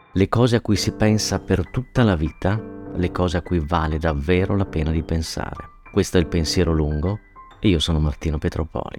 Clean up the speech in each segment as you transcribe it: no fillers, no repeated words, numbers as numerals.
Le cose a cui si pensa per tutta la vita, le cose a cui vale davvero la pena di pensare. Questo è il Pensiero Lungo e io sono Martino Petropoli.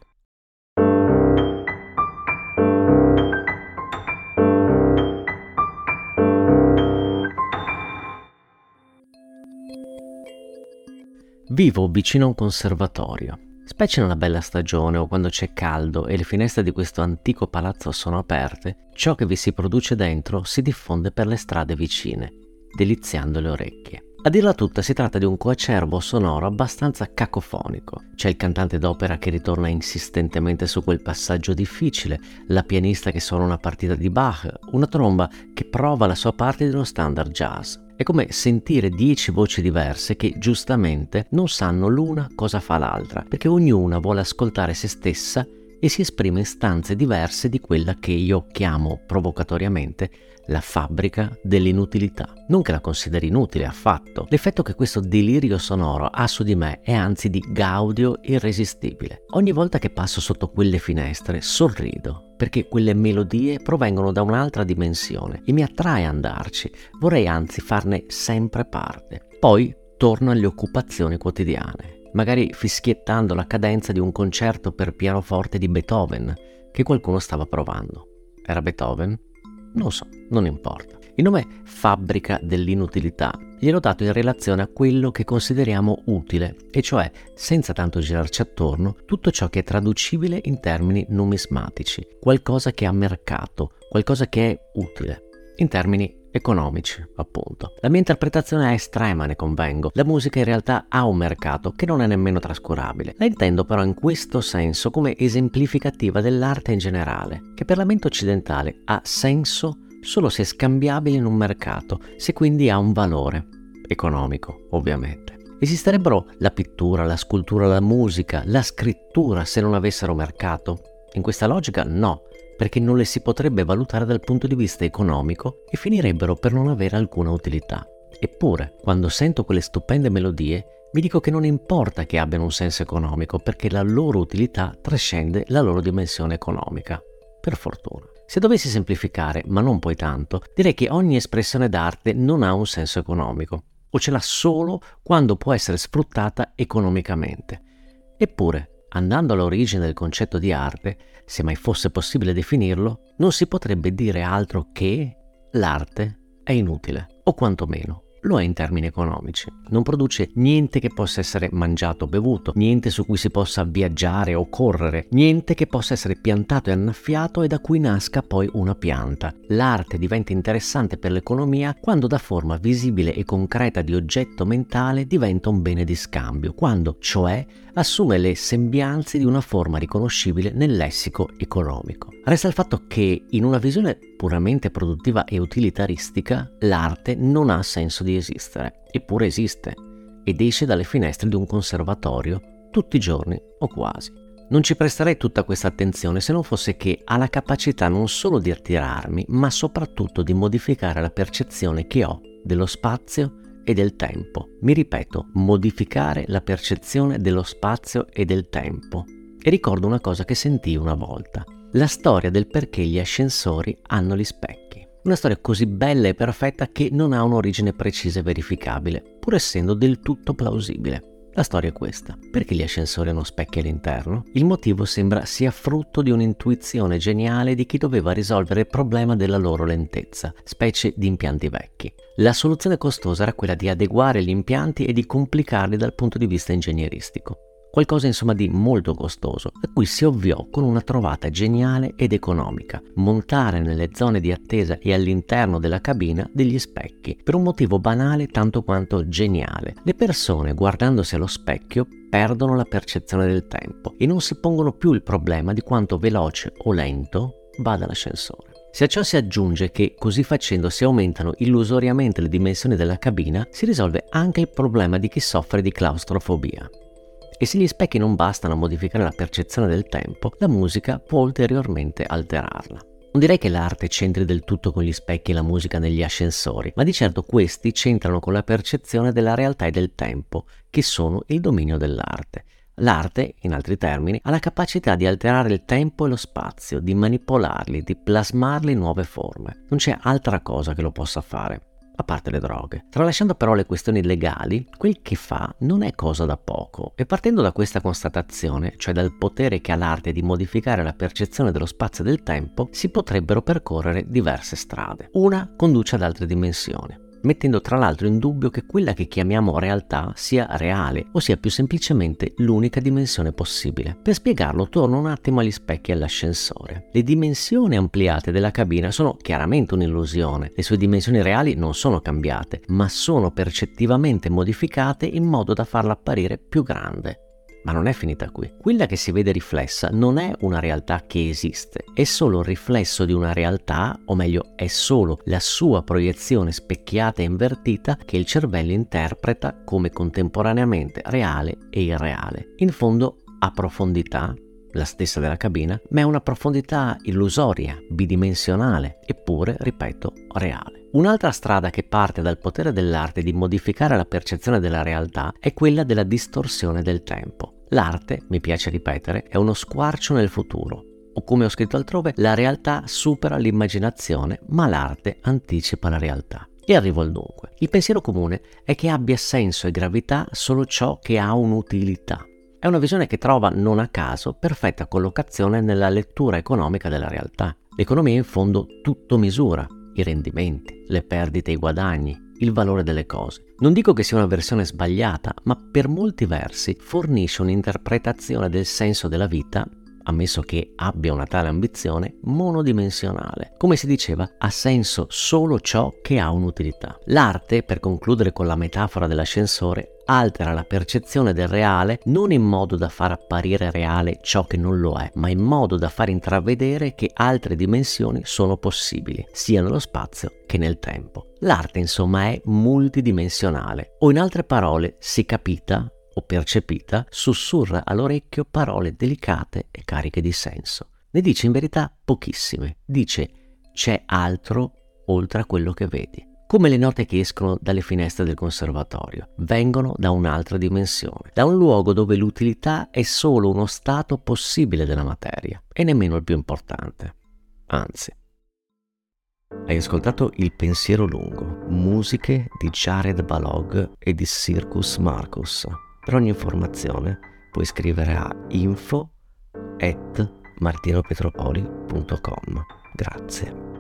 Vivo vicino a un conservatorio. Specie nella bella stagione o quando c'è caldo e le finestre di questo antico palazzo sono aperte, ciò che vi si produce dentro si diffonde per le strade vicine, deliziando le orecchie. A dirla tutta, si tratta di un coacervo sonoro abbastanza cacofonico. C'è il cantante d'opera che ritorna insistentemente su quel passaggio difficile, la pianista che suona una partita di Bach, una tromba che prova la sua parte di uno standard jazz. È come sentire 10 voci diverse che giustamente non sanno l'una cosa fa l'altra, perché ognuna vuole ascoltare se stessa e si esprime in stanze diverse di quella che io chiamo provocatoriamente la fabbrica dell'inutilità. Non che la consideri inutile affatto. L'effetto che questo delirio sonoro ha su di me è anzi di gaudio irresistibile. Ogni volta che passo sotto quelle finestre sorrido, perché quelle melodie provengono da un'altra dimensione e mi attrae andarci. Vorrei anzi farne sempre parte. Poi torno alle occupazioni quotidiane, magari fischiettando la cadenza di un concerto per pianoforte di Beethoven che qualcuno stava provando. Era Beethoven? Non so, non importa. Il nome fabbrica dell'inutilità gliel'ho dato in relazione a quello che consideriamo utile, e cioè, senza tanto girarci attorno, tutto ciò che è traducibile in termini numismatici, qualcosa che ha mercato, qualcosa che è utile, in termini economici, appunto. La mia interpretazione è estrema, ne convengo. La musica in realtà ha un mercato che non è nemmeno trascurabile. La intendo però in questo senso come esemplificativa dell'arte in generale, che per la mente occidentale ha senso solo se è scambiabile in un mercato, se quindi ha un valore economico, ovviamente. Esisterebbero la pittura, la scultura, la musica, la scrittura se non avessero mercato? In questa logica no, perché non le si potrebbe valutare dal punto di vista economico e finirebbero per non avere alcuna utilità. Eppure, quando sento quelle stupende melodie, mi dico che non importa che abbiano un senso economico, perché la loro utilità trascende la loro dimensione economica. Per fortuna. Se dovessi semplificare, ma non poi tanto, direi che ogni espressione d'arte non ha un senso economico, o ce l'ha solo quando può essere sfruttata economicamente. Eppure, andando all'origine del concetto di arte, se mai fosse possibile definirlo, non si potrebbe dire altro che l'arte è inutile, o quantomeno lo è in termini economici. Non produce niente che possa essere mangiato o bevuto, niente su cui si possa viaggiare o correre, niente che possa essere piantato e annaffiato e da cui nasca poi una pianta. L'arte diventa interessante per l'economia quando da forma visibile e concreta di oggetto mentale diventa un bene di scambio, quando, cioè, assume le sembianze di una forma riconoscibile nel lessico economico. Resta il fatto che, in una visione puramente produttiva e utilitaristica, l'arte non ha senso di esistere, eppure esiste, ed esce dalle finestre di un conservatorio tutti i giorni o quasi. Non ci presterei tutta questa attenzione se non fosse che ha la capacità non solo di attirarmi, ma soprattutto di modificare la percezione che ho dello spazio e del tempo. Mi ripeto, modificare la percezione dello spazio e del tempo. E ricordo una cosa che sentii una volta. La storia del perché gli ascensori hanno gli specchi. Una storia così bella e perfetta che non ha un'origine precisa e verificabile, pur essendo del tutto plausibile. La storia è questa. Perché gli ascensori hanno specchi all'interno? Il motivo sembra sia frutto di un'intuizione geniale di chi doveva risolvere il problema della loro lentezza, specie di impianti vecchi. La soluzione costosa era quella di adeguare gli impianti e di complicarli dal punto di vista ingegneristico. Qualcosa insomma di molto costoso, a cui si ovviò con una trovata geniale ed economica: montare nelle zone di attesa e all'interno della cabina degli specchi, per un motivo banale tanto quanto geniale. Le persone, guardandosi allo specchio, perdono la percezione del tempo e non si pongono più il problema di quanto veloce o lento vada l'ascensore. Se a ciò si aggiunge che così facendo si aumentano illusoriamente le dimensioni della cabina, si risolve anche il problema di chi soffre di claustrofobia. E se gli specchi non bastano a modificare la percezione del tempo, la musica può ulteriormente alterarla. Non direi che l'arte c'entri del tutto con gli specchi e la musica negli ascensori, ma di certo questi c'entrano con la percezione della realtà e del tempo, che sono il dominio dell'arte. L'arte, in altri termini, ha la capacità di alterare il tempo e lo spazio, di manipolarli, di plasmarli in nuove forme. Non c'è altra cosa che lo possa fare, a parte le droghe. Tralasciando però le questioni legali, quel che fa non è cosa da poco, e partendo da questa constatazione, cioè dal potere che ha l'arte di modificare la percezione dello spazio e del tempo, si potrebbero percorrere diverse strade. Una conduce ad altre dimensioni, mettendo tra l'altro in dubbio che quella che chiamiamo realtà sia reale o sia più semplicemente l'unica dimensione possibile. Per spiegarlo torno un attimo agli specchi e all'ascensore. Le dimensioni ampliate della cabina sono chiaramente un'illusione, le sue dimensioni reali non sono cambiate, ma sono percettivamente modificate in modo da farla apparire più grande. Ma non è finita qui. Quella che si vede riflessa non è una realtà che esiste, è solo un riflesso di una realtà, o meglio, è solo la sua proiezione specchiata e invertita che il cervello interpreta come contemporaneamente reale e irreale. In fondo ha profondità, la stessa della cabina, ma è una profondità illusoria, bidimensionale, eppure, ripeto, reale. Un'altra strada che parte dal potere dell'arte di modificare la percezione della realtà è quella della distorsione del tempo. L'arte, mi piace ripetere, è uno squarcio nel futuro. O come ho scritto altrove, la realtà supera l'immaginazione, ma l'arte anticipa la realtà. E arrivo al dunque. Il pensiero comune è che abbia senso e gravità solo ciò che ha un'utilità. È una visione che trova, non a caso, perfetta collocazione nella lettura economica della realtà. L'economia è in fondo tutto misura, i rendimenti, le perdite e i guadagni, il valore delle cose. Non dico che sia una versione sbagliata, ma per molti versi fornisce un'interpretazione del senso della vita, ammesso che abbia una tale ambizione, monodimensionale. Come si diceva, ha senso solo ciò che ha un'utilità. L'arte, per concludere con la metafora dell'ascensore, altera la percezione del reale non in modo da far apparire reale ciò che non lo è, ma in modo da far intravedere che altre dimensioni sono possibili, sia nello spazio che nel tempo. L'arte, insomma, è multidimensionale, o in altre parole, se capita o percepita, sussurra all'orecchio parole delicate e cariche di senso. Ne dice in verità pochissime. Dice: c'è altro oltre a quello che vedi. Come le note che escono dalle finestre del conservatorio, vengono da un'altra dimensione, da un luogo dove l'utilità è solo uno stato possibile della materia, e nemmeno il più importante. Anzi. Hai ascoltato Il pensiero lungo, musiche di Jared Balog e di Circus Marcus. Per ogni informazione puoi scrivere a info@martinopetropoli.com. Grazie.